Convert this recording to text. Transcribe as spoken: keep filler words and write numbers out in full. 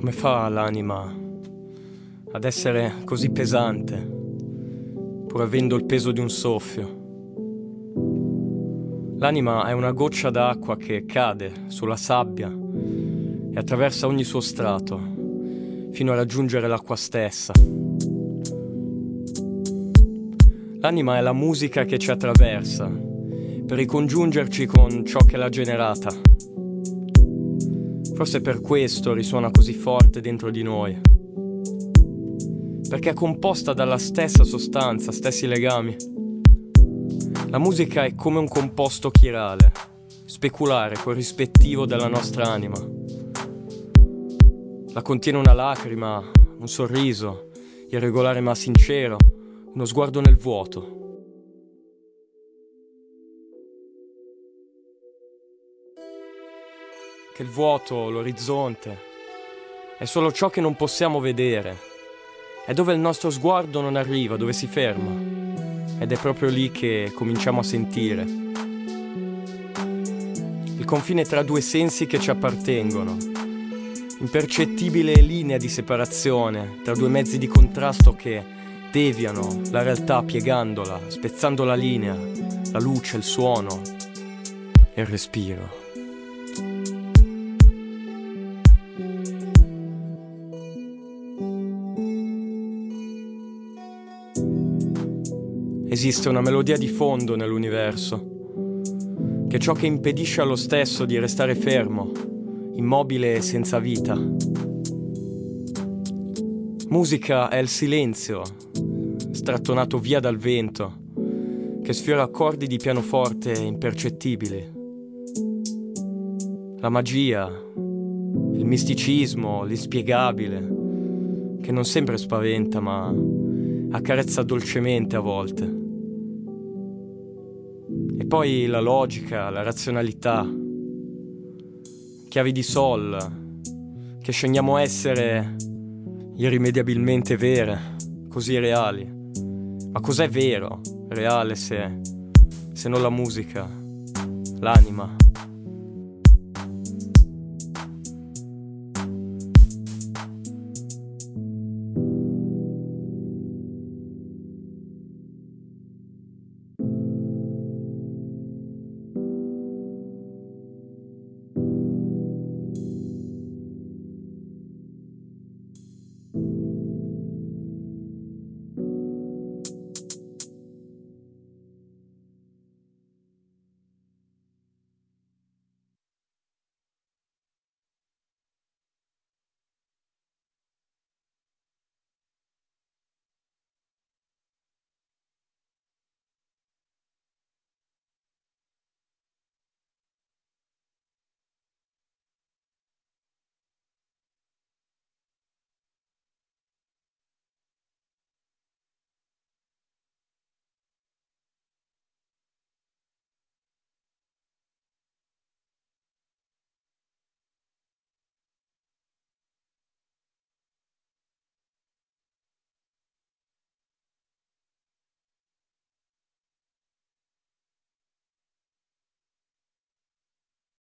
Come fa l'anima ad essere così pesante, pur avendo il peso di un soffio? L'anima è una goccia d'acqua che cade sulla sabbia e attraversa ogni suo strato, fino a raggiungere l'acqua stessa. L'anima è la musica che ci attraversa, per ricongiungerci con ciò che l'ha generata. Forse per questo risuona così forte dentro di noi, perché è composta dalla stessa sostanza, stessi legami. La musica è come un composto chirale, speculare, corrispettivo della nostra anima. La contiene una lacrima, un sorriso, irregolare ma sincero, uno sguardo nel vuoto. Che il vuoto, l'orizzonte, è solo ciò che non possiamo vedere. È dove il nostro sguardo non arriva, dove si ferma. Ed è proprio lì che cominciamo a sentire. Il confine tra due sensi che ci appartengono. Impercettibile linea di separazione tra due mezzi di contrasto che deviano la realtà piegandola, spezzando la linea, la luce, il suono e il respiro. Esiste una melodia di fondo nell'universo, che è ciò che impedisce allo stesso di restare fermo, immobile e senza vita. Musica è il silenzio, strattonato via dal vento, che sfiora accordi di pianoforte impercettibili. La magia, il misticismo, l'inspiegabile, che non sempre spaventa ma accarezza dolcemente a volte. E poi la logica, la razionalità, chiavi di sol, che scegliamo essere irrimediabilmente vere, così reali. Ma cos'è vero, reale, se, se non la musica, l'anima?